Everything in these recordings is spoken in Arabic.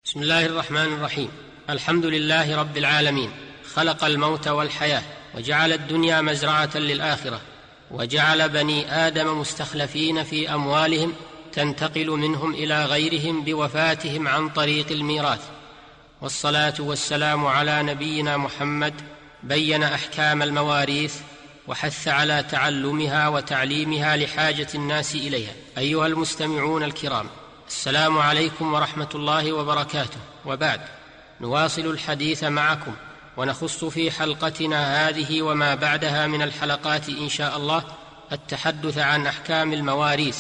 بسم الله الرحمن الرحيم. الحمد لله رب العالمين، خلق الموت والحياة، وجعل الدنيا مزرعة للآخرة، وجعل بني آدم مستخلفين في أموالهم تنتقل منهم إلى غيرهم بوفاتهم عن طريق الميراث. والصلاة والسلام على نبينا محمد، بين أحكام المواريث وحث على تعلمها وتعليمها لحاجة الناس إليها. أيها المستمعون الكرام، السلام عليكم ورحمة الله وبركاته. وبعد، نواصل الحديث معكم ونخص في حلقتنا هذه وما بعدها من الحلقات إن شاء الله التحدث عن أحكام المواريث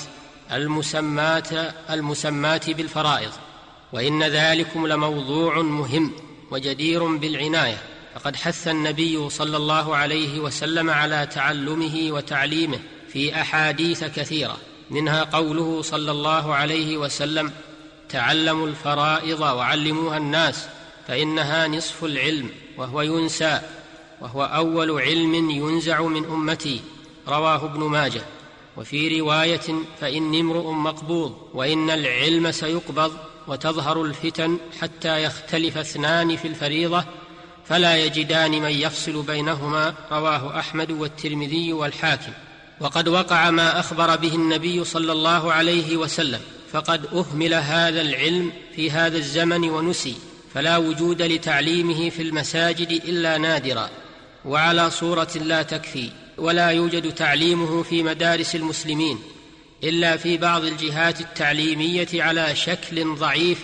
المسماة بالفرائض، وإن ذلكم لموضوع مهم وجدير بالعناية، فقد حث النبي صلى الله عليه وسلم على تعلمه وتعليمه في أحاديث كثيرة، منها قوله صلى الله عليه وسلم: تعلموا الفرائض وعلموها الناس فإنها نصف العلم وهو ينسى، وهو أول علم ينزع من أمتي، رواه ابن ماجه. وفي رواية: فإني امرؤ مقبوض، وإن العلم سيقبض وتظهر الفتن حتى يختلف اثنان في الفريضة فلا يجدان من يفصل بينهما، رواه أحمد والترمذي والحاكم. وقد وقع ما أخبر به النبي صلى الله عليه وسلم، فقد أهمل هذا العلم في هذا الزمن ونسي، فلا وجود لتعليمه في المساجد إلا نادرا وعلى صورة لا تكفي، ولا يوجد تعليمه في مدارس المسلمين إلا في بعض الجهات التعليمية على شكل ضعيف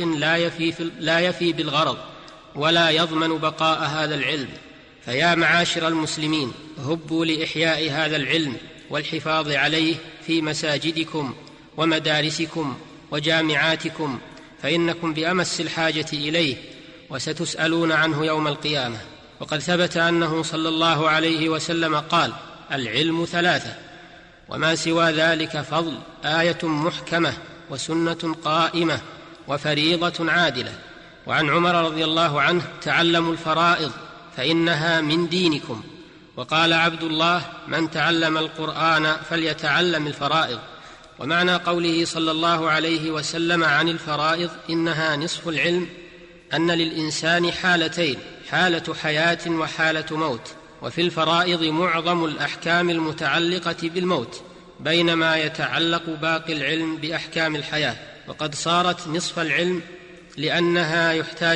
لا يفي بالغرض ولا يضمن بقاء هذا العلم. فيا معاشر المسلمين، هبوا لإحياء هذا العلم والحفاظ عليه في مساجدكم ومدارسكم وجامعاتكم، فإنكم بأمس الحاجة إليه، وستسألون عنه يوم القيامة. وقد ثبت أنه صلى الله عليه وسلم قال: العلم ثلاثة، وما سوى ذلك فضل، آية محكمة، وسنة قائمة، وفريضة عادلة. وعن عمر رضي الله عنه: تعلموا الفرائض فإنها من دينكم. وقال عبد الله: من تعلم القرآن فليتعلم الفرائض. ومعنى قوله صلى الله عليه وسلم عن الفرائض إنها نصف العلم أن للإنسان حالتين: حالة حياة وحالة موت، وفي الفرائض معظم الأحكام المتعلقة بالموت، بينما يتعلق باقي العلم بأحكام الحياة. وقد صارت نصف العلم لأنها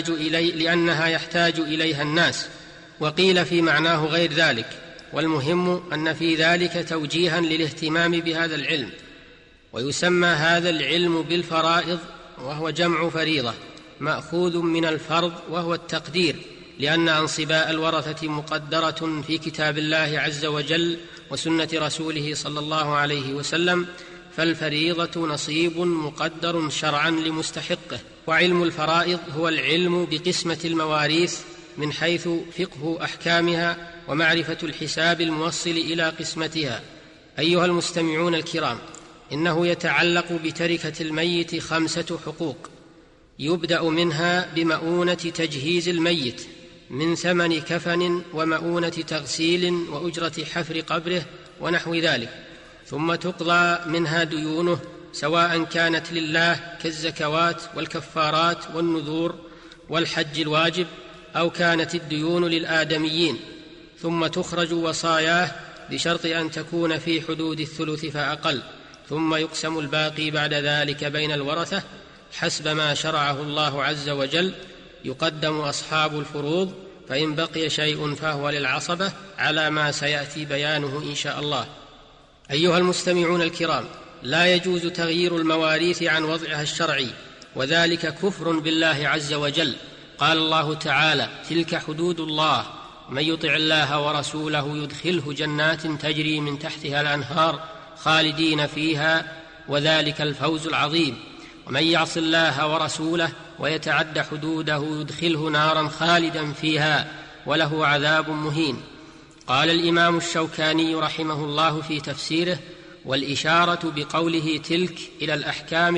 يحتاج إليها الناس، وقيل في معناه غير ذلك. والمهم أن في ذلك توجيها للاهتمام بهذا العلم. ويسمى هذا العلم بالفرائض، وهو جمع فريضة، مأخوذ من الفرض وهو التقدير، لأن أنصباء الورثة مقدرة في كتاب الله عز وجل وسنة رسوله صلى الله عليه وسلم، فالفريضة نصيب مقدر شرعا لمستحقه. وعلم الفرائض هو العلم بقسمة المواريث من حيث فقه أحكامها ومعرفة الحساب الموصل إلى قسمتها. أيها المستمعون الكرام، إنه يتعلق بتركة الميت 5 حقوق، يبدأ منها بمؤونة تجهيز الميت من ثمن كفن ومؤونة تغسيل وأجرة حفر قبره ونحو ذلك، ثم تقضى منها ديونه، سواء كانت لله كالزكوات والكفارات والنذور والحج الواجب، أو كانت الديون للآدميين، ثم تخرج وصاياه بشرط أن تكون في حدود الثلث فأقل، ثم يقسم الباقي بعد ذلك بين الورثة حسب ما شرعه الله عز وجل. يقدم أصحاب الفروض، فإن بقي شيء فهو للعصبة، على ما سيأتي بيانه إن شاء الله. أيها المستمعون الكرام، لا يجوز تغيير المواريث عن وضعها الشرعي، وذلك كفر بالله عز وجل. قال الله تعالى: تلك حدود الله، من يطع الله ورسوله يدخله جنات تجري من تحتها الأنهار خالدين فيها، وذلك الفوز العظيم. ومن يعص الله ورسوله ويتعد حدوده يدخله نارا خالدا فيها وله عذاب مهين. قال الإمام الشوكاني رحمه الله في تفسيره: والإشارة بقوله تلك إلى الأحكام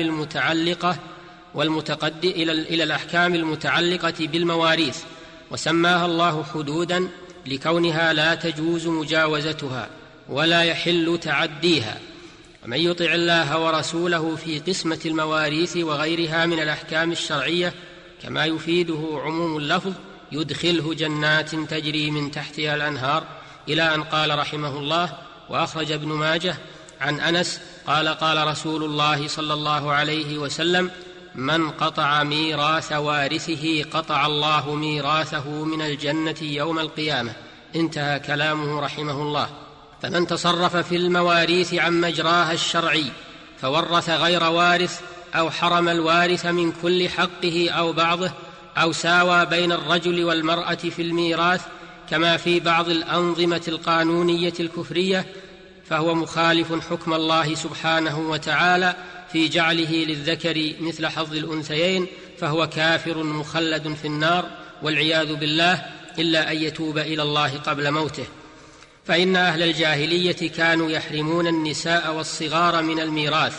المتعلقة بالمواريث، وسماها الله حدودا لكونها لا تجوز مجاوزتها ولا يحل تعديها. ومن يطع الله ورسوله في قسمة المواريث وغيرها من الأحكام الشرعية كما يفيده عموم اللفظ يدخله جنات تجري من تحتها الأنهار، إلى أن قال رحمه الله: وأخرج ابن ماجه عن أنس قال: قال رسول الله صلى الله عليه وسلم: من قطع ميراث وارثه قطع الله ميراثه من الجنة يوم القيامة. انتهى كلامه رحمه الله. فمن تصرف في المواريث عن مجراها الشرعي فورث غير وارث، أو حرم الوارث من كل حقه أو بعضه، أو ساوى بين الرجل والمرأة في الميراث كما في بعض الأنظمة القانونية الكفرية، فهو مخالف حكم الله سبحانه وتعالى في جعله للذكر مثل حظ الأنثيين، فهو كافر مخلد في النار والعياذ بالله، إلا أن يتوب إلى الله قبل موته. فإن أهل الجاهلية كانوا يحرمون النساء والصغار من الميراث،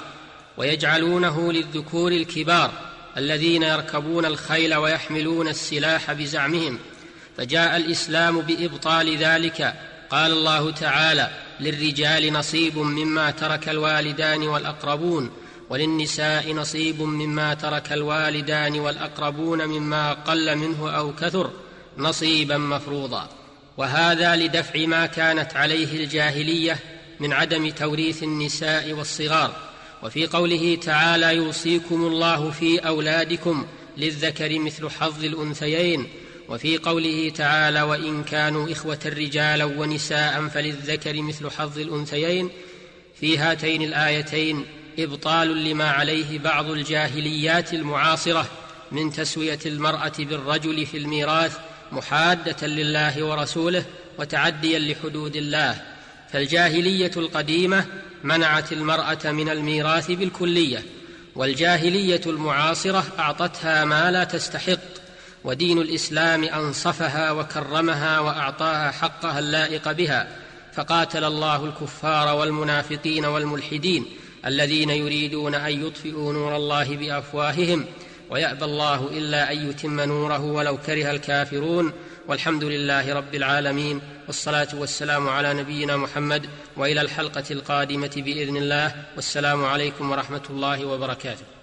ويجعلونه للذكور الكبار الذين يركبون الخيل ويحملون السلاح بزعمهم، فجاء الإسلام بإبطال ذلك. قال الله تعالى: للرجال نصيب مما ترك الوالدان والأقربون، وللنساء نصيب مما ترك الوالدان والأقربون مما قل منه أو كثر نصيبا مفروضا. وهذا لدفع ما كانت عليه الجاهلية من عدم توريث النساء والصغار. وفي قوله تعالى: يوصيكم الله في أولادكم للذكر مثل حظ الأنثيين، وفي قوله تعالى: وإن كانوا إخوة رجالا ونساء فللذكر مثل حظ الأنثيين، في هاتين الآيتين إبطال لما عليه بعض الجاهليات المعاصرة من تسوية المرأة بالرجل في الميراث، محادة لله ورسوله وتعديا لحدود الله. فالجاهلية القديمة منعت المرأة من الميراث بالكلية، والجاهلية المعاصرة أعطتها ما لا تستحق، ودين الإسلام أنصفها وكرمها وأعطاها حقها اللائق بها. فقاتل الله الكفار والمنافقين والملحدين الذين يريدون أن يطفئوا نور الله بأفواههم ويأبى الله إلا أن يتم نوره ولو كره الكافرون. والحمد لله رب العالمين، والصلاة والسلام على نبينا محمد، وإلى الحلقة القادمة بإذن الله، والسلام عليكم ورحمة الله وبركاته.